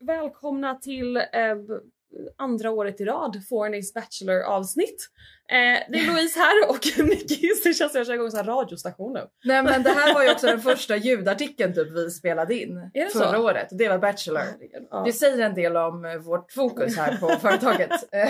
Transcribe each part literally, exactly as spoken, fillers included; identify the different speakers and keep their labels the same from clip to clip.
Speaker 1: välkomna till eh, andra året i rad Foreigners Bachelor avsnitt. Eh, det är Louise här och Nicky, det känns som jag kör igång en sån här radiostation nu.
Speaker 2: Nej, men det här var ju också den första ljudartikeln typ vi spelade in förra så? året. Det var Bachelor. Ja. Det säger en del om vårt fokus här på företaget.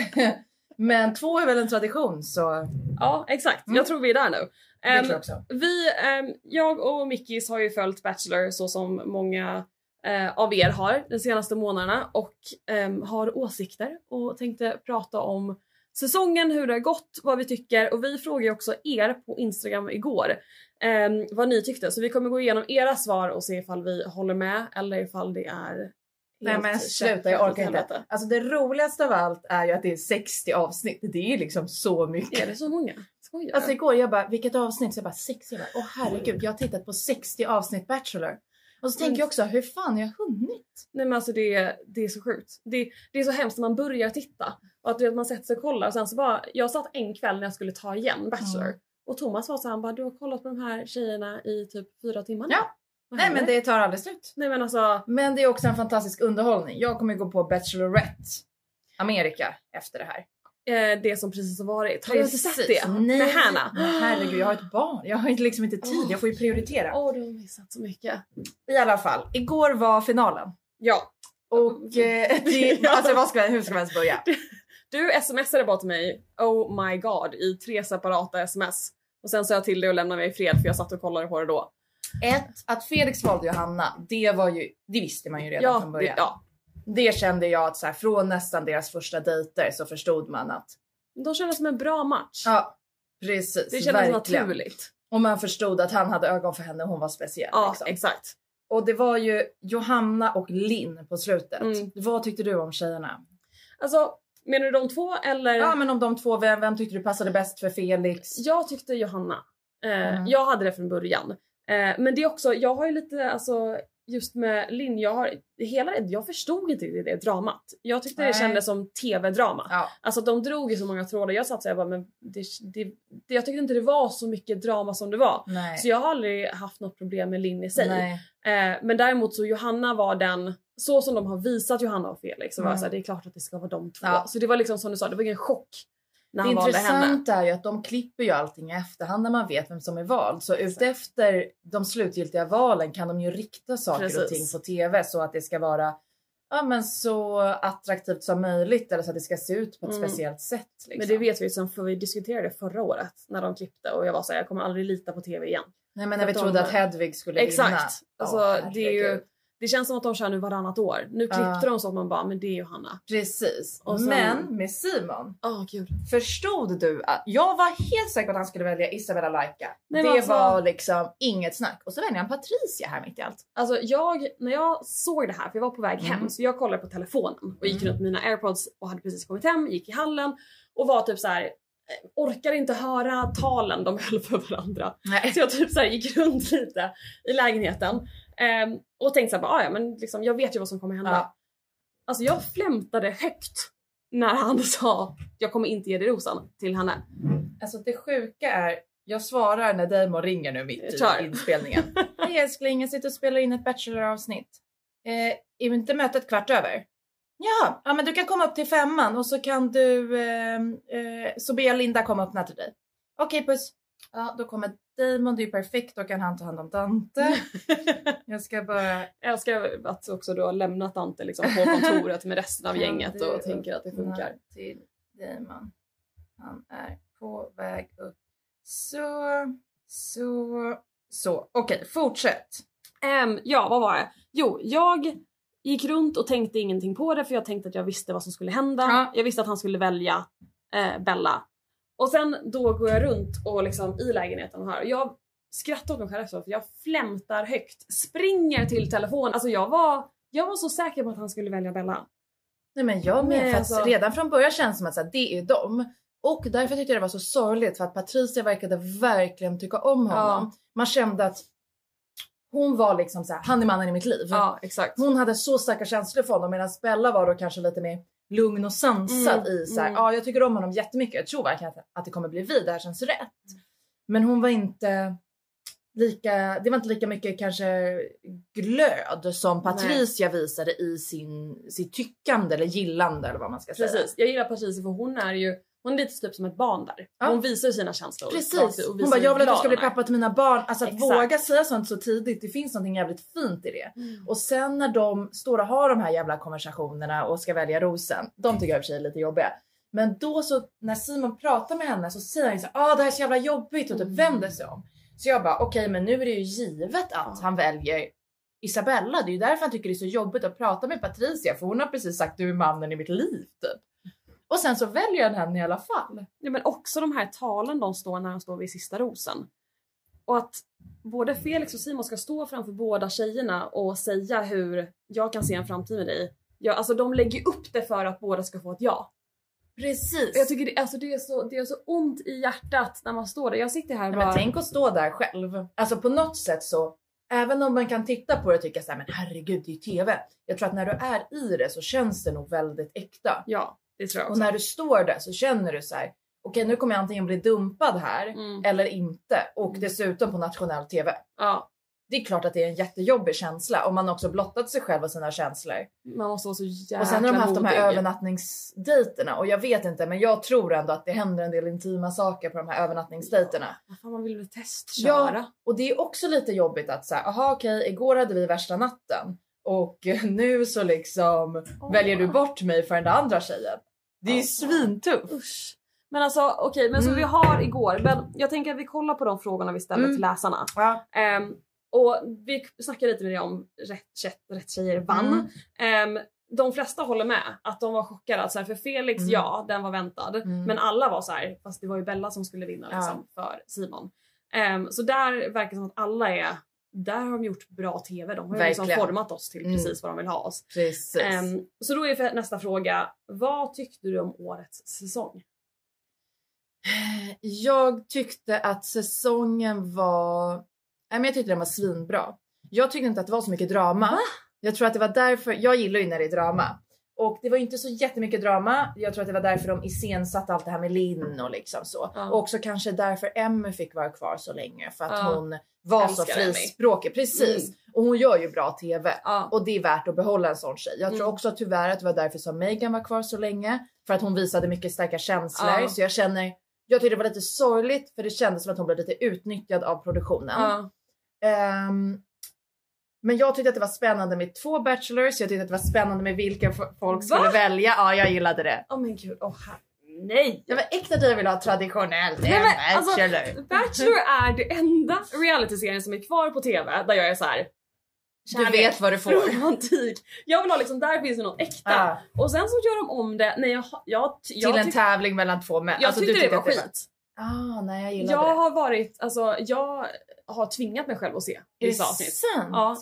Speaker 2: Men två är väl en tradition, så...
Speaker 1: Ja, exakt. Mm. Jag tror vi är där nu.
Speaker 2: Um, tror också.
Speaker 1: Vi, um, jag och Mickis har ju följt Bachelor så som många uh, av er har de senaste månaderna och um, har åsikter och tänkte prata om säsongen, hur det har gått, vad vi tycker, och vi frågade också er på Instagram igår um, vad ni tyckte, så vi kommer gå igenom era svar och se ifall vi håller med eller ifall det är...
Speaker 2: Nej men sluta, jag orkar inte. Alltså det roligaste av allt är ju att det är sextio avsnitt. Det är ju liksom så mycket.
Speaker 1: Är det så många? Skojar.
Speaker 2: Alltså igår jag bara, vilket avsnitt? Så jag bara sextio. Åh oh, herregud, jag har tittat på sextio avsnitt Bachelor. Och så mm. tänker jag också, hur fan har jag hunnit?
Speaker 1: Nej men alltså det, det är så sjukt. Det, det är så hemskt när man börjar titta. Och att man sätter sig och kollar. Och sen så bara, jag satt en kväll när jag skulle ta igen Bachelor. Mm. Och Thomas var så han bara, du har kollat på de här tjejerna i typ fyra timmar nu.
Speaker 2: Ja. Nej men det tar aldrig slut.
Speaker 1: Nej men alltså. Men
Speaker 2: det är också en fantastisk underhållning. Jag kommer gå på Bachelorette Amerika efter det här.
Speaker 1: Eh, det som precis har varit. Har du inte sett det?
Speaker 2: Nej.
Speaker 1: Med Hanna.
Speaker 2: Men herregud, jag har ett barn. Jag har liksom inte tid. Oh. Jag får ju prioritera.
Speaker 1: Åh, oh, du har missat så mycket.
Speaker 2: I alla fall. Igår var finalen.
Speaker 1: Ja.
Speaker 2: Och eh, det, alltså vad ska, hur ska man ens börja?
Speaker 1: Du smsade bara till mig. Oh my god. I tre separata sms. Och sen sa jag till dig och lämnade mig i fred. För jag satt och kollade på det då.
Speaker 2: Ett, att Felix valde Johanna, det var ju, det visste man ju redan
Speaker 1: ja,
Speaker 2: från början.
Speaker 1: Det, ja.
Speaker 2: det kände jag att så här, från nästan deras första dejter så förstod man att
Speaker 1: de kändes som en bra match.
Speaker 2: Ja, precis.
Speaker 1: Det kändes verkligen naturligt.
Speaker 2: Och man förstod att han hade ögon för henne och hon var speciell.
Speaker 1: Ja,
Speaker 2: liksom.
Speaker 1: Exakt.
Speaker 2: Och det var ju Johanna och Linn på slutet. Mm. Vad tyckte du om tjejerna?
Speaker 1: Alltså, menar du de två eller?
Speaker 2: Ja, men om de två, vem, vem tyckte du passade bäst för Felix?
Speaker 1: Jag tyckte Johanna. Eh, mm. Jag hade det från början. Eh, men det är också, jag har ju lite, alltså just med Linn, jag har hela det, jag förstod inte det, det dramat. Jag tyckte Nej. det kändes som tv-drama.
Speaker 2: Ja.
Speaker 1: Alltså de drog ju så många trådar. Jag satt så jag bara, men det, det, det, jag tyckte inte det var så mycket drama som det var.
Speaker 2: Nej.
Speaker 1: Så jag har aldrig haft något problem med Linn i sig. Eh, men däremot så Johanna var den, så som de har visat Johanna och Felix, så mm. var så här, det är klart att det ska vara de två. Ja. Så det var liksom som du sa, det var ingen chock.
Speaker 2: Det intressanta är ju att de klipper ju allting i efterhand när man vet vem som är vald. Så utefter de slutgiltiga valen kan de ju rikta saker Precis. och ting på tv så att det ska vara ja, men så attraktivt som möjligt. Eller så att det ska se ut på ett mm. speciellt sätt. Liksom.
Speaker 1: Men det vet vi som för vi diskuterade förra året när de klippte. Och jag var så här, jag kommer aldrig lita på tv igen.
Speaker 2: Nej men när vi de... trodde att Hedvig skulle
Speaker 1: Exakt.
Speaker 2: vinna.
Speaker 1: Exakt. Alltså oh, det är ju... Det känns som att de kör nu varannat år. Nu klippte uh. de så att man bara, men det är Johanna.
Speaker 2: Precis. Och sen, men med Simon.
Speaker 1: Oh, Gud.
Speaker 2: Förstod du att jag var helt säker på att han skulle välja Isabella Laika.
Speaker 1: Nej,
Speaker 2: det
Speaker 1: alltså,
Speaker 2: var liksom inget snack. Och så väljer han Patricia här mitt i allt.
Speaker 1: Alltså jag, när jag såg det här, för jag var på väg hem. Mm. Så jag kollade på telefonen och gick mm. runt mina AirPods och hade precis kommit hem. Gick i hallen och var typ så här. Orkar inte höra talen de höll för varandra. Nej. Så jag typ så här gick runt lite i lägenheten. Um, och tänkte så här, ja men liksom, jag vet ju vad som kommer hända. Ja. Alltså jag flämtade högt när han sa, jag kommer inte ge dig rosan till henne.
Speaker 2: Alltså det sjuka är, jag svarar när Damon ringer nu mitt i inspelningen. Hej älskling, jag sitter och spelar in ett Bachelor-avsnitt. Eh, är inte mötet kvart över? Ja, ja, men du kan komma upp till femman och så kan du, eh, eh, så ber jag Linda komma upp när till dig. Okej, okay, puss. Ja, då kommer Damon, det är perfekt, då kan han ta hand om Dante. Jag ska bara...
Speaker 1: Jag älskar att också du har lämnat Dante liksom på kontoret med resten av gänget och tänker att det funkar.
Speaker 2: Till Damon. Han är på väg upp. Så, så, så. Okej, okay, fortsätt.
Speaker 1: Um, ja, vad var det? Jo, jag gick runt och tänkte ingenting på det för jag tänkte att jag visste vad som skulle hända. Ja. Jag visste att han skulle välja eh, Bella. Och sen då går jag runt och liksom i lägenheten och här. Jag skrattar åt mig själv för jag flämtar högt. Springer till telefonen. Alltså jag var, jag var så säker på att han skulle välja Bella.
Speaker 2: Nej men jag med. För alltså... redan från början känns det som att så här, det är dem. Och därför tyckte jag det var så sorgligt. För att Patricia verkade verkligen tycka om honom. Ja. Man kände att hon var liksom så här, han är mannen i mitt liv.
Speaker 1: Ja, exakt.
Speaker 2: Hon hade så starka känslor för honom. Medan Bella var då kanske lite mer lugn och sansad mm, i så här, mm. ja jag tycker om honom jättemycket. Jag tror verkligen att, att det kommer bli vid, det här känns rätt. Men hon var inte, lika, det var inte lika mycket kanske glöd som Patricia Nej. visade i sin, sitt tyckande eller gillande eller vad man ska säga.
Speaker 1: Precis, jag gillar Patricia för hon är ju hon är lite typ som ett barn där. Ja. Hon visar sina känslor.
Speaker 2: Precis, hon bara jag vill att du ska bli pappa till mina barn. Alltså att Exakt. våga säga sånt så tidigt, det finns något jävligt fint i det. Mm. Och sen när de står och har de här jävla konversationerna och ska välja rosen, de tycker jag i och för sig är lite jobbiga. Men då så, när Simon pratar med henne så säger han så ah det här är så jävla jobbigt och typ mm. vänder sig om. Så jag bara okej okay, men nu är det ju givet att han väljer Isabella. Det är ju därför han tycker det är så jobbigt att prata med Patricia. För hon har precis sagt du är mannen i mitt liv typ. Och sen så väljer han henne i alla fall.
Speaker 1: Ja men också de här talen de står när de står vid sista rosen. Och att både Felix och Simon ska stå framför båda tjejerna och säga hur jag kan se en framtid med dig. Ja, alltså de lägger upp det för att båda ska få ett ja.
Speaker 2: Precis.
Speaker 1: Jag tycker det, alltså det, är så, det är så ont i hjärtat när man står där. Jag sitter här
Speaker 2: och
Speaker 1: bara...
Speaker 2: Men tänk att stå där själv. Alltså på något sätt så, även om man kan titta på det och tycka så här, men herregud det är ju tv. Jag tror att när du är i det så känns det nog väldigt äkta.
Speaker 1: Ja, det tror jag också.
Speaker 2: Och när du står där så känner du så här, okej nu kommer jag antingen bli dumpad här mm. eller inte. Och dessutom på nationell tv.
Speaker 1: Ja.
Speaker 2: Det är klart att det är en jättejobbig känsla. Och man har också blottat sig själv och sina känslor.
Speaker 1: Man måste vara så jäkla
Speaker 2: Och sen har de haft de här övernattningsdejterna. Och jag vet inte, men jag tror ändå att det händer en del intima saker på de här övernattningsdejterna.
Speaker 1: Ja, fan, man vill väl testköra.
Speaker 2: Ja, och det är också lite jobbigt att säga, aha okej, okay, igår hade vi värsta natten. Och nu så liksom oh. väljer du bort mig för den där andra tjejen. Det är ju oh. svintufft.
Speaker 1: Usch. Men alltså okej, okay, men mm. så vi har igår. Men jag tänker att vi kollar på de frågorna vi ställer mm. till läsarna.
Speaker 2: Ja.
Speaker 1: Um, Och vi snackade lite med det om rätt, rätt tjejer vann. Mm. Um, de flesta håller med att de var chockade. Så här, för Felix, mm. ja, den var väntad. Mm. Men alla var så här, fast det var ju Bella som skulle vinna liksom, ja. för Simon. Um, så där verkar det som att alla är, där har de gjort bra tv. De har ju liksom format oss till mm. precis vad de vill ha oss.
Speaker 2: Precis.
Speaker 1: Um, så då är nästa fråga, vad tyckte du om årets säsong?
Speaker 2: Jag tyckte att säsongen var... Men jag tyckte den var svinbra. Jag tyckte inte att det var så mycket drama. Va? Jag tror att det var därför... Jag gillar ju när det är drama. Och det var inte så jättemycket drama. Jag tror att det var därför de iscensatte allt det här med Linn och liksom så.
Speaker 1: Ja.
Speaker 2: Och också kanske därför Emmy fick vara kvar så länge. För att
Speaker 1: ja.
Speaker 2: hon var så frispråkig. Precis. Mm. Och hon gör ju bra tv.
Speaker 1: Ja.
Speaker 2: Och det är värt att behålla en sån tjej. Jag tror mm. också att tyvärr att det var därför som Megan var kvar så länge. För att hon visade mycket starka känslor.
Speaker 1: Ja.
Speaker 2: Så jag känner... Jag tyckte det var lite sorgligt. För det kändes som att hon blev lite utnyttjad av produktionen.
Speaker 1: Ja.
Speaker 2: Um, men jag tyckte att det var spännande med två bachelors. Jag tyckte att det var spännande med vilka folk skulle Va? välja. Ja, jag gillade det.
Speaker 1: Åh oh men gud, oh, nej.
Speaker 2: Jag var äkta att jag vill ha traditionellt nej, men, Bachelor.
Speaker 1: Alltså, Bachelor är det enda reality-serien som är kvar på tv där jag är så här.
Speaker 2: Du vet vad du får.
Speaker 1: Romantik. Jag vill ha liksom, där finns det något äkta.
Speaker 2: Ah.
Speaker 1: Och sen så gör de om det. Nej, jag, jag, jag,
Speaker 2: till en tävling mellan två män.
Speaker 1: Jag
Speaker 2: alltså,
Speaker 1: tyckte
Speaker 2: du
Speaker 1: det var skit.
Speaker 2: Ah, nej, jag gillade
Speaker 1: jag
Speaker 2: det.
Speaker 1: har varit, alltså jag har tvingat mig själv att se.
Speaker 2: Är det sant?
Speaker 1: Ja.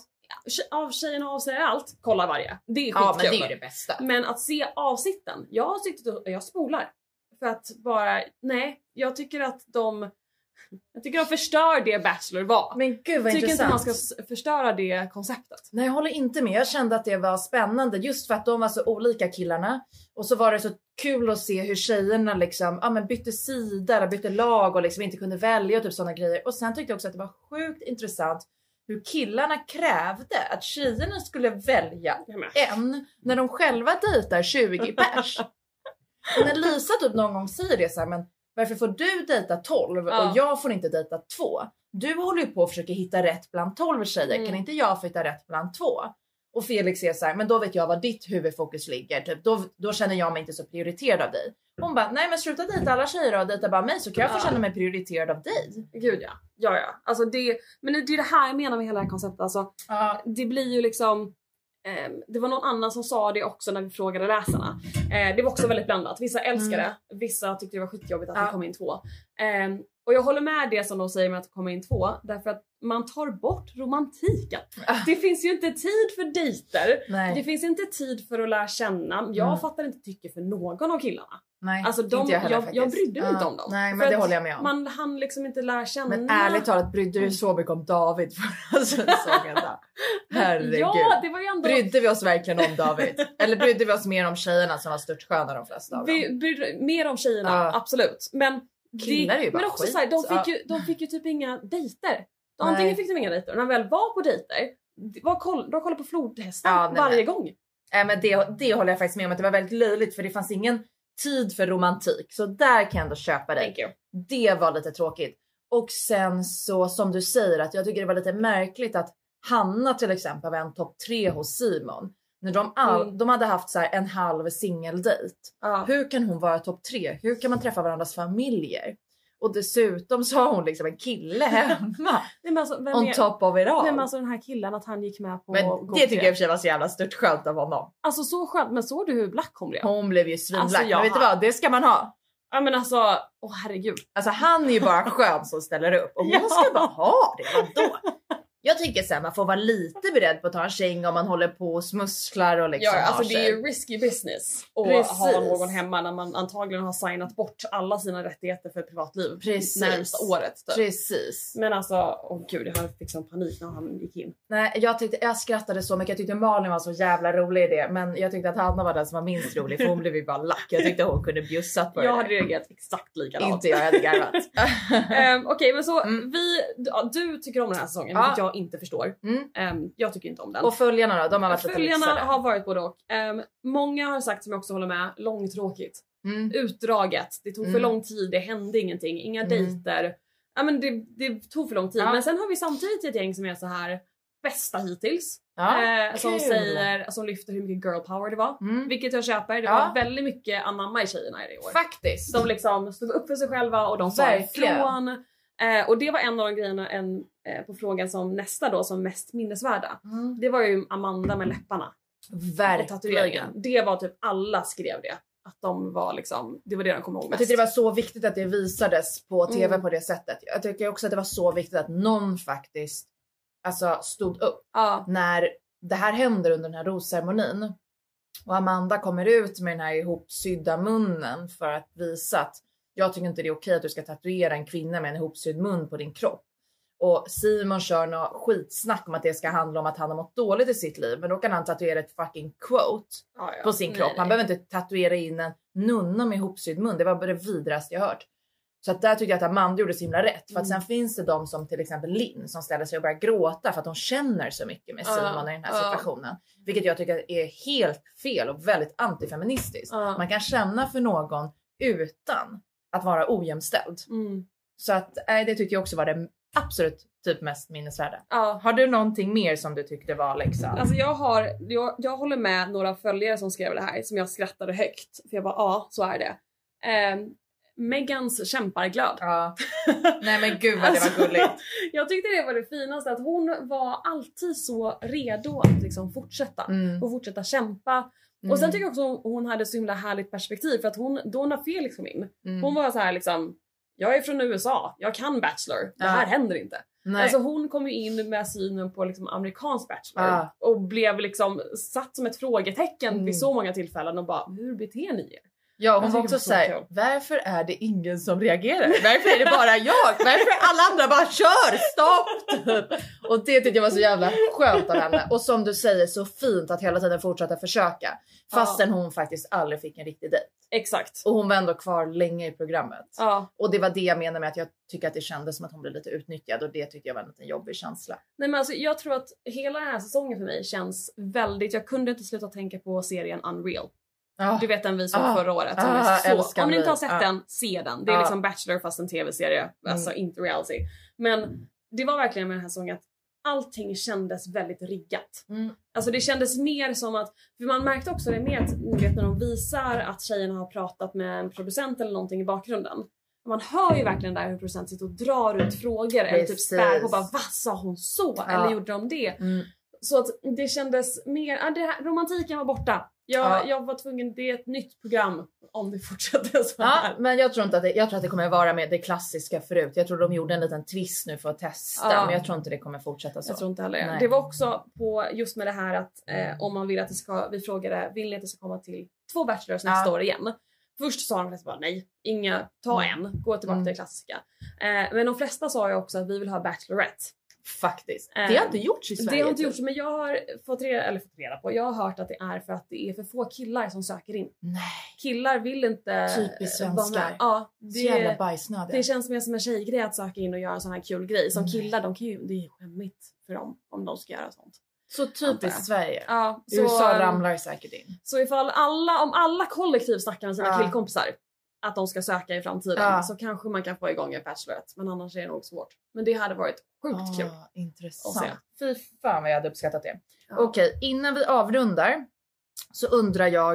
Speaker 1: Av tjejerna avsäger allt, kolla varje. Det är skitkul.
Speaker 2: Ja, men det är det bästa.
Speaker 1: Men att se avsnitten, jag har tyckt att jag spolar. För att bara, nej, jag tycker att de jag tycker de förstör det Bachelor var.
Speaker 2: Men gud vad
Speaker 1: jag tycker
Speaker 2: intressant.
Speaker 1: inte man ska förstöra det konceptet.
Speaker 2: Nej, jag håller inte med. Jag kände att det var spännande just för att de var så olika killarna. Och så var det så kul att se hur tjejerna liksom, ja, men bytte sida, bytte lag och liksom inte kunde välja och typ sådana grejer. Och sen tyckte jag också att det var sjukt intressant hur killarna krävde att tjejerna skulle välja en när de själva dejtar tjugo pers. Och när Lisa typ någon gång säger det så här, men varför får du dejta tolv
Speaker 1: ja.
Speaker 2: och jag får inte dejta två? Du håller ju på att försöka hitta rätt bland tolv tjejer. Mm. Kan inte jag få hitta rätt bland två? Och Felix är så här, men då vet jag vad ditt huvudfokus ligger. Typ, då, då känner jag mig inte så prioriterad av dig. Hon bara, nej men sluta dejta alla tjejer och dejta bara mig så kan jag få ja. känna mig prioriterad av dig.
Speaker 1: Gud ja, ja ja. Alltså det, men det är det här jag menar med hela det här konceptet. Alltså,
Speaker 2: ja.
Speaker 1: Det blir ju liksom... Eh, det var någon annan som sa det också när vi frågade läsarna. Eh, det var också väldigt blandat. Vissa älskade mm. vissa tyckte det var skitjobbigt att ja. det kom in två. Eh, och jag håller med det som de säger med att det kommer in två. Därför att man tar bort romantiken. Ah. Det finns ju inte tid för dejter.
Speaker 2: Nej.
Speaker 1: Det finns inte tid för att lära känna. Jag mm. fattar inte tycke för någon av killarna.
Speaker 2: Nej,
Speaker 1: alltså de,
Speaker 2: inte jag, heller,
Speaker 1: jag, jag brydde mig
Speaker 2: uh,
Speaker 1: inte om dem.
Speaker 2: Nej, men för det håller jag med om.
Speaker 1: Man hann liksom inte lära känna.
Speaker 2: Men ärligt talat brydde du så mycket om David förra säsongen. Herregud.
Speaker 1: Ja, det var ju ändå...
Speaker 2: Brydde vi oss verkligen om David? Eller brydde vi oss mer om tjejerna som var stört sköna de flesta av dem?
Speaker 1: Vi brydde mer om tjejerna, uh. absolut. Men
Speaker 2: killar är ju bara
Speaker 1: men också
Speaker 2: skit.
Speaker 1: Så här, de, fick ju, de fick ju typ inga dejter. Antingen
Speaker 2: Nej.
Speaker 1: fick de inga dejter. När han väl var på dejter, var koll, de kollade på flodhästar
Speaker 2: Ja, nej,
Speaker 1: varje
Speaker 2: nej.
Speaker 1: gång.
Speaker 2: Äh, men det, det håller jag faktiskt med om att det var väldigt löjligt för det fanns ingen tid för romantik. Så där kan jag ändå köpa dig.
Speaker 1: Thank you.
Speaker 2: Det var lite tråkigt. Och sen så som du säger att jag tycker det var lite märkligt att Hanna till exempel var en topp tre hos Simon. När de, all,
Speaker 1: Mm.
Speaker 2: de hade haft så här en halv singeldejt.
Speaker 1: Ja.
Speaker 2: Hur kan hon vara topp tre? Hur kan man träffa varandras familjer? Och dessutom så har hon liksom en kille hemma.
Speaker 1: Nej, men alltså, vem
Speaker 2: On
Speaker 1: är,
Speaker 2: top of it all.
Speaker 1: nej, men alltså den här killen att han gick med på
Speaker 2: Men
Speaker 1: Go
Speaker 2: det tycker
Speaker 1: tre.
Speaker 2: jag i och för sig var så jävla stört skönt av honom.
Speaker 1: Alltså så skönt, men såg du hur black hon blev?
Speaker 2: Hon blev ju svinblack.
Speaker 1: Alltså, jag
Speaker 2: men vet du
Speaker 1: har-
Speaker 2: vad? Det ska man ha.
Speaker 1: Ja men alltså, åh herregud.
Speaker 2: Alltså han är ju bara skön som ställer upp. Och hon
Speaker 1: Ja.
Speaker 2: ska bara ha det. Vadå? Jag tycker så här, man får vara lite beredd på att ta en käng om man håller på och smusklar och liksom
Speaker 1: Ja, alltså
Speaker 2: har
Speaker 1: det är
Speaker 2: sig.
Speaker 1: ju risky business att
Speaker 2: Precis.
Speaker 1: ha någon hemma när man antagligen har signat bort alla sina rättigheter för privatliv
Speaker 2: Precis.
Speaker 1: närmsta året. Typ.
Speaker 2: Precis.
Speaker 1: Men alltså, åh gud, jag fick sån panik när han gick in.
Speaker 2: Nej, jag, tyckte, jag skrattade så mycket. Jag tyckte Malin var så jävla rolig i det. Men jag tyckte att Hanna var den som var minst rolig. För hon blev ju bara lack. Jag tyckte hon kunde bjussat på
Speaker 1: Jag
Speaker 2: det.
Speaker 1: hade reagerat exakt likadant.
Speaker 2: Inte jag, jag hade garvat.
Speaker 1: um, Okej, okay, men så
Speaker 2: Mm.
Speaker 1: vi, ja, du tycker om den här säsongen,
Speaker 2: Ja.
Speaker 1: vilket jag inte förstår.
Speaker 2: Mm.
Speaker 1: Um, jag tycker inte om den.
Speaker 2: Och följarna då? De har varit lite
Speaker 1: Följarna
Speaker 2: mixade.
Speaker 1: har varit både och. Um, många har sagt, som jag också håller med, långtråkigt.
Speaker 2: Mm.
Speaker 1: Utdraget, det tog för
Speaker 2: Mm.
Speaker 1: lång tid, det hände ingenting, inga
Speaker 2: Mm.
Speaker 1: dejter. Ja, men det, det tog för lång tid.
Speaker 2: Ja.
Speaker 1: Men sen har vi samtidigt ett gäng som är så här bästa hittills.
Speaker 2: Ja,
Speaker 1: eh, som
Speaker 2: kul.
Speaker 1: säger, som lyfter hur mycket girl power det var.
Speaker 2: Mm.
Speaker 1: Vilket jag köper. Det
Speaker 2: Ja.
Speaker 1: var väldigt mycket anamma i tjejerna i det år.
Speaker 2: Faktiskt.
Speaker 1: De liksom stod upp för sig själva och de sa
Speaker 2: Verkligen.
Speaker 1: ifrån. Eh, och det var en av de grejerna en, eh, på frågan som nästa då som mest minnesvärda.
Speaker 2: Mm.
Speaker 1: Det var ju Amanda med läpparna. Och
Speaker 2: Verkligen.
Speaker 1: tatueringen. Det var typ, alla skrev det. Att de var liksom, det var det de kom ihåg
Speaker 2: Jag
Speaker 1: mest.
Speaker 2: tyckte det var så viktigt att det visades på tv
Speaker 1: Mm.
Speaker 2: på det sättet. Jag tycker också att det var så viktigt att någon faktiskt alltså, stod upp
Speaker 1: Ja.
Speaker 2: när det här händer under den här rosceremonin. Och Amanda kommer ut med den här ihopsydda munnen för att visa att jag tycker inte det är okej att du ska tatuera en kvinna med en ihopsydd mun på din kropp. Och Simon kör något skitsnack om att det ska handla om att han har mått dåligt i sitt liv. Men då kan han tatuera ett fucking quote
Speaker 1: Ja, ja.
Speaker 2: på sin
Speaker 1: Nej,
Speaker 2: kropp. Han
Speaker 1: nej.
Speaker 2: behöver inte tatuera in en nunna med ihopsydd mun. Det var det vidraste jag hört. Så att där tycker jag att Amanda gjorde så himla rätt. För att
Speaker 1: Mm.
Speaker 2: sen finns det de som till exempel Linn som ställer sig och börjar gråta för att de känner så mycket med
Speaker 1: Ja,
Speaker 2: Simon i den här
Speaker 1: ja.
Speaker 2: situationen. Vilket jag tycker är helt fel och väldigt antifeministiskt.
Speaker 1: Ja.
Speaker 2: Man kan känna för någon utan att vara ojämställd.
Speaker 1: Mm.
Speaker 2: Så att nej, det tycker jag också var det absolut typ mest minnesvärda.
Speaker 1: Ja.
Speaker 2: Har du någonting mer som du tyckte var liksom?
Speaker 1: Alltså jag har, jag, jag håller med några följare som skrev det här som jag skrattade högt. För jag bara, ja så är det. Eh, Megans kämparglöd.
Speaker 2: Ja. Nej men gud vad det
Speaker 1: Alltså,
Speaker 2: var gulligt.
Speaker 1: Jag tyckte det var det finaste, att hon var alltid så redo att liksom fortsätta.
Speaker 2: Mm.
Speaker 1: Och fortsätta kämpa.
Speaker 2: Mm.
Speaker 1: Och sen tycker jag också hon, hon hade så himla härligt perspektiv. För att hon, då när Felix kom in,
Speaker 2: Mm.
Speaker 1: hon var så här liksom, jag är från U S A, jag kan Bachelor, det
Speaker 2: Ja.
Speaker 1: här händer inte.
Speaker 2: Nej.
Speaker 1: Alltså hon kom ju in med synen på liksom amerikansk Bachelor
Speaker 2: Ja.
Speaker 1: och blev liksom satt som ett frågetecken
Speaker 2: Mm.
Speaker 1: vid så många tillfällen och bara, hur beter ni er?
Speaker 2: Ja, hon
Speaker 1: Jag
Speaker 2: var
Speaker 1: tycker
Speaker 2: också
Speaker 1: det var så
Speaker 2: såhär,
Speaker 1: kul.
Speaker 2: varför är det ingen som reagerar? Varför är det bara jag? Varför är alla andra bara kör, stopp! Typ. Och det tyckte jag var så jävla skönt av henne. Och som du säger, så fint att hela tiden fortsätta försöka. Fastän hon faktiskt aldrig fick en riktig dejt.
Speaker 1: Exakt.
Speaker 2: Och hon var ändå kvar länge i programmet.
Speaker 1: Ja.
Speaker 2: Och det var det jag menade med att jag tycker att det kändes som att hon blev lite utnyttjad. Och det tyckte jag var en liten jobbig känsla.
Speaker 1: Nej men alltså jag tror att hela den här säsongen för mig känns väldigt, jag kunde inte sluta tänka på serien Unreal.
Speaker 2: Ah.
Speaker 1: Du vet den vi såg
Speaker 2: Ah.
Speaker 1: förra året. Som
Speaker 2: Ah,
Speaker 1: är så,
Speaker 2: älskar
Speaker 1: om ni inte har
Speaker 2: vi.
Speaker 1: sett
Speaker 2: Ah.
Speaker 1: den, se den. Det är
Speaker 2: Ah.
Speaker 1: liksom Bachelor fast en tv-serie. Alltså inte reality. Men det var verkligen med den här säsongen att allting kändes väldigt riggat.
Speaker 2: Mm.
Speaker 1: Alltså det kändes mer som att, för man märkte också det med att, ni vet när de visar att tjejerna har pratat med en producent eller någonting i bakgrunden. Man hör ju verkligen där hur producenten sitter och drar ut frågor eller typ
Speaker 2: Precis.
Speaker 1: spär på bara, vad sa hon så?
Speaker 2: Ja.
Speaker 1: Eller gjorde de det?
Speaker 2: Mm.
Speaker 1: Så att det kändes mer, ja, det här, romantiken var borta. Jag,
Speaker 2: Ja.
Speaker 1: jag var tvungen, det är ett nytt program om det fortsätter så
Speaker 2: Ja,
Speaker 1: här.
Speaker 2: men jag tror inte att det, jag tror att det kommer vara med det klassiska förut. Jag tror de gjorde en liten twist nu för att testa.
Speaker 1: Ja.
Speaker 2: Men jag tror inte det kommer fortsätta så.
Speaker 1: Jag tror inte heller.
Speaker 2: Nej.
Speaker 1: Det var också på just med det här att eh, om man vill att det ska, vi frågade, vill ni att det ska komma till två bachelors nästa
Speaker 2: Ja.
Speaker 1: år igen? Först sa de flesta bara nej, inga, ta
Speaker 2: Mm.
Speaker 1: en, gå tillbaka
Speaker 2: Mm.
Speaker 1: till det klassiska. Eh, men de flesta sa ju också att vi vill ha Bachelorette.
Speaker 2: Faktiskt. Det har inte gjorts i Sverige.
Speaker 1: Det har inte gjorts, men jag har fått reda, eller fått reda på. Jag har hört att det är för att det är för få killar som söker in.
Speaker 2: Nej.
Speaker 1: Killar vill inte...
Speaker 2: Typiskt svenskar.
Speaker 1: Ja,
Speaker 2: det, jävla bajsnödiga.
Speaker 1: Det känns mer som en tjejgrej att söka in och göra en sån här kul grej. Som killar, de kan ju, det är skämmigt för dem om de ska göra sånt.
Speaker 2: Så typiskt Sverige.
Speaker 1: Ja,
Speaker 2: så, U S A ramlar säkert in.
Speaker 1: Så ifall alla, om alla kollektiv snackar med sina ja. killkompisar att de ska söka i framtiden ja. så kanske man kan få igång en Bachelorette. Men annars är det nog svårt. Men det hade varit sjukt ah, kul.
Speaker 2: Intressant. Fy fan vad jag hade uppskattat det. Ja. Okej, innan vi avrundar så undrar jag.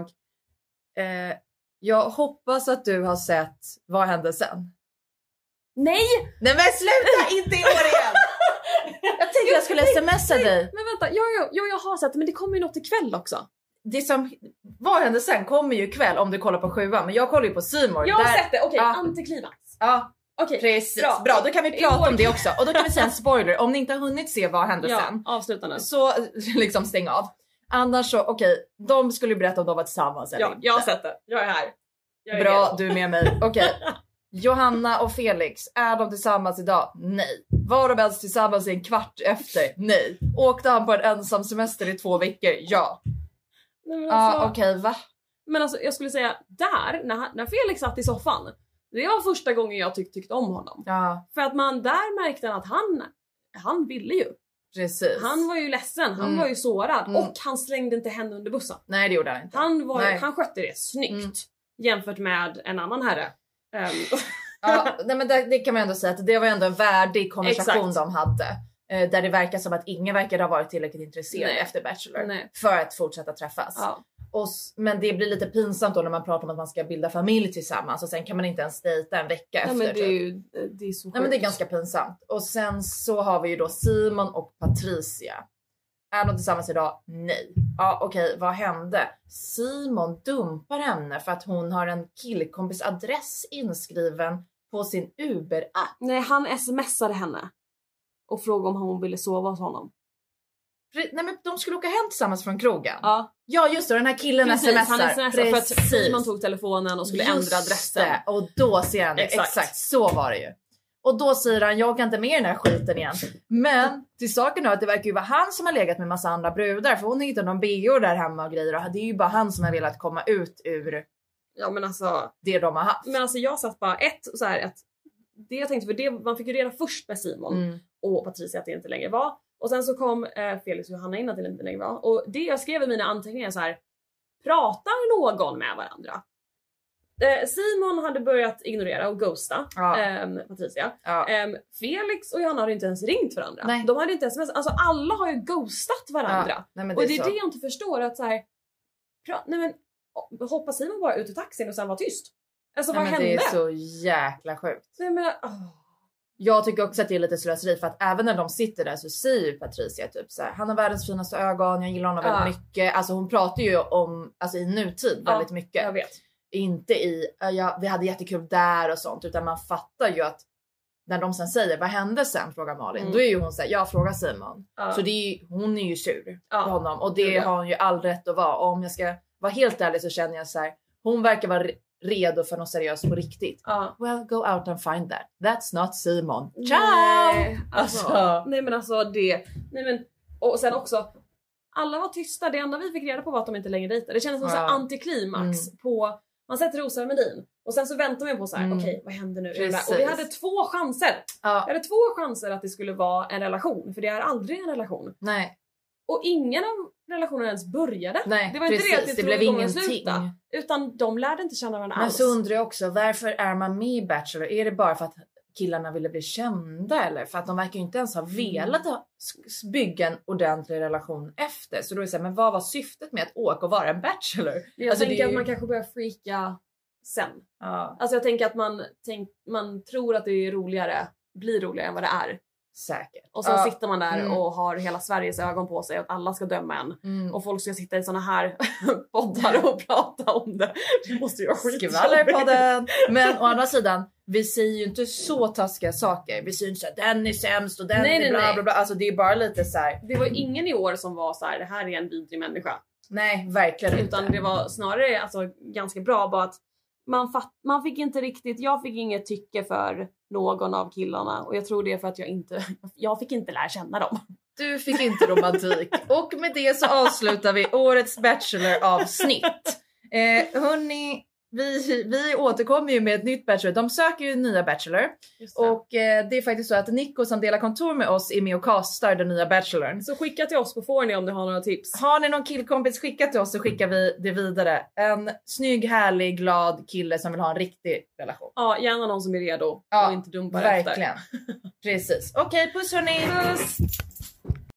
Speaker 2: Eh, jag hoppas att du har sett Vad hände sen?
Speaker 1: Nej!
Speaker 2: Nej men sluta! Inte i år igen! Jag tänkte jag skulle smsa
Speaker 1: nej,
Speaker 2: dig.
Speaker 1: Men vänta, jag, jag, jag, jag har sett det, men det kommer ju något ikväll också.
Speaker 2: Det som, vad hände sen kommer ju ikväll om du kollar på sjuan. Men jag kollar ju på C More.
Speaker 1: Jag har där, sett det, okej, okay, ja. Antiklimax.
Speaker 2: Ja,
Speaker 1: okej.
Speaker 2: Okay. Precis, bra. bra. Då kan vi prata om det också. Och då kan vi säga en spoiler. Om ni inte har hunnit se vad hände
Speaker 1: ja,
Speaker 2: sen.
Speaker 1: avsluta nu.
Speaker 2: Så liksom stäng av. Annars så, okej. Okay, de skulle ju berätta om de var tillsammans eller
Speaker 1: ja, inte. Jag har sett det. Jag är här. Jag är
Speaker 2: bra,
Speaker 1: redo.
Speaker 2: du är med mig. Okej. Okay. Johanna och Felix, är de tillsammans idag? Nej. Var de ens tillsammans i en kvart efter? Nej. Åkte han på en ensam semester i två veckor? Ja. Ja, alltså, ah, okej, okay, va?
Speaker 1: Men alltså jag skulle säga, där, när, när Felix satt i soffan, det var första gången jag tyck, tyckte om honom.
Speaker 2: Ja.
Speaker 1: För att man där märkte att han, han ville ju.
Speaker 2: Precis.
Speaker 1: Han var ju ledsen, han mm. var ju sårad. Mm. Och han slängde inte henne under bussen.
Speaker 2: Nej, det gjorde han inte.
Speaker 1: Han, var, han skötte det snyggt. Mm. Jämfört med en annan herre. Um.
Speaker 2: Ja, nej, men det, det kan man ändå säga att det var ändå en värdig konversation de hade. Eh, där det verkar som att ingen verkar ha varit tillräckligt intresserad nej. efter Bachelor.
Speaker 1: Nej.
Speaker 2: För att fortsätta träffas.
Speaker 1: Ja.
Speaker 2: Och, men det blir lite pinsamt då när man pratar om att man ska bilda familj tillsammans. Och sen kan man inte ens dejta en vecka
Speaker 1: nej,
Speaker 2: efter.
Speaker 1: Men det, är ju, det är så
Speaker 2: nej, men det är ganska pinsamt. Och sen så har vi ju då Simon och Patricia. Är de tillsammans idag? Nej. Ja, okej, okay, vad hände? Simon dumpar henne för att hon har en killkompis adress inskriven på sin Uber-app.
Speaker 1: Nej, han smsade henne och frågade om hon ville sova hos honom.
Speaker 2: Nej, men de skulle åka hem tillsammans från krogen.
Speaker 1: Ja,
Speaker 2: ja just det, den här killen
Speaker 1: precis,
Speaker 2: smsar.
Speaker 1: Han smsar för att Simon tog telefonen och skulle just ändra adressen.
Speaker 2: Det. Och då ser han det. Exakt. Exakt, så var det ju. Och då säger han, jag kan inte med den här skiten igen. Men till saken då att det verkar ju vara han som har legat med massa andra brudar. För hon har hittat någon B O där hemma och grejer. Och det är ju bara han som har velat komma ut ur
Speaker 1: ja, men alltså,
Speaker 2: det de har haft.
Speaker 1: Men alltså jag satt bara ett så här ett, det jag tänkte, för det, man fick ju reda först med Simon mm. och Patricia att det inte längre var. Och sen så kom eh, Felix och Johanna in att det inte längre var. Och det jag skrev i mina anteckningar så här: pratar någon med varandra? Eh, Simon hade börjat ignorera och ghosta ja. eh, Patricia. Ja. Eh, Felix och Johanna hade inte ens ringt varandra.
Speaker 2: Nej.
Speaker 1: De hade inte ens, alltså alla har ju ghostat varandra.
Speaker 2: Ja. Nej, men
Speaker 1: det och
Speaker 2: är
Speaker 1: det är
Speaker 2: så.
Speaker 1: det jag inte förstår, att så här, pra, nej men hoppas Simon bara ut ur taxin och sen var tyst. Alltså
Speaker 2: nej,
Speaker 1: vad
Speaker 2: men
Speaker 1: hände?
Speaker 2: Det är så jäkla sjukt.
Speaker 1: Nej, men, oh.
Speaker 2: Jag tycker också att det är lite slöseri, för att även när de sitter där så säger Patricia typ så här: han har världens finaste ögon, jag gillar honom ja. väldigt mycket. Alltså hon pratar ju om, alltså i nutid ja, väldigt mycket.
Speaker 1: Jag vet.
Speaker 2: Inte i, ja, vi hade jättekul där och sånt, utan man fattar ju att när de sen säger, vad hände sen, frågar Malin, mm. då är ju hon såhär, jag frågar Simon. Ja. Så det är, hon är ju sur ja. på honom, och det ja. har hon ju all rätt att vara. Och om jag ska vara helt ärlig så känner jag så här: hon verkar vara redo för något seriöst på riktigt.
Speaker 1: Ja.
Speaker 2: Well, go out and find that. That's not Simon.
Speaker 1: Ciao! Nej, alltså, alltså. nej men alltså det, nej men, och sen också, alla var tysta, det enda vi fick reda på var att de inte längre dejtade. Det kändes som ja. så antiklimax mm. på, man sätter Rosa och Medin och sen så väntar man på så här: mm. okej, okay, vad händer nu? Precis. Och vi hade två chanser. Ja. Vi hade två chanser att det skulle vara en relation, för det är aldrig en relation.
Speaker 2: Nej.
Speaker 1: Och ingen av relationerna ens började.
Speaker 2: Nej,
Speaker 1: det var inte
Speaker 2: precis.
Speaker 1: det att
Speaker 2: det blev ingenting.
Speaker 1: Sluta, utan de lärde inte känna varandra
Speaker 2: men
Speaker 1: alls.
Speaker 2: Men så undrar jag också, varför är man med i Bachelor? Är det bara för att killarna ville bli kända, eller för att de verkar ju inte ens ha velat ha, bygga en ordentlig relation efter? Så då är det så här, men vad var syftet med att åka och vara en Bachelor?
Speaker 1: Jag alltså, tänker ju... att man kanske börjar freaka sen.
Speaker 2: Ja.
Speaker 1: Alltså jag tänker att man, tänk, man tror att det är roligare, blir roligare än vad det är.
Speaker 2: Säkert.
Speaker 1: Och sen
Speaker 2: ja.
Speaker 1: sitter man där
Speaker 2: mm.
Speaker 1: och har hela Sveriges ögon på sig och att alla ska döma en.
Speaker 2: Mm.
Speaker 1: Och folk ska sitta i såna här poddar och prata om det. Det måste ju vara
Speaker 2: skvallerpodden. Men å andra sidan, vi säger ju inte så taskiga saker. Vi säger inte så att den är sämst och den nej, är nej, bla bla bla. Alltså det är bara lite så här.
Speaker 1: Det var ingen i år som var så här: det här är en vidrig människa.
Speaker 2: Nej, verkligen
Speaker 1: Utan
Speaker 2: inte.
Speaker 1: det var snarare alltså ganska bra bara att man, fatt, man fick inte riktigt, jag fick inget tycke för någon av killarna. Och jag tror det är för att jag inte, jag fick inte lära känna dem.
Speaker 2: Du fick inte romantik. Och med det så avslutar vi årets Bachelor-avsnitt. Eh, hörni, vi, vi återkommer ju med ett nytt Bachelor. De söker ju nya Bachelor. Och eh, det är faktiskt så att Nico som delar kontor med oss är med och castar den nya Bachelorn.
Speaker 1: Så skicka till oss på får ni om ni har några tips.
Speaker 2: Har ni någon killkompis, skicka till oss så skickar vi det vidare. En snygg, härlig, glad kille som vill ha en riktig relation.
Speaker 1: Ja, gärna någon som är redo
Speaker 2: ja,
Speaker 1: och inte dumpar
Speaker 2: verkligen.
Speaker 1: efter.
Speaker 2: Precis. Okej, okay, puss hörni!
Speaker 1: Puss!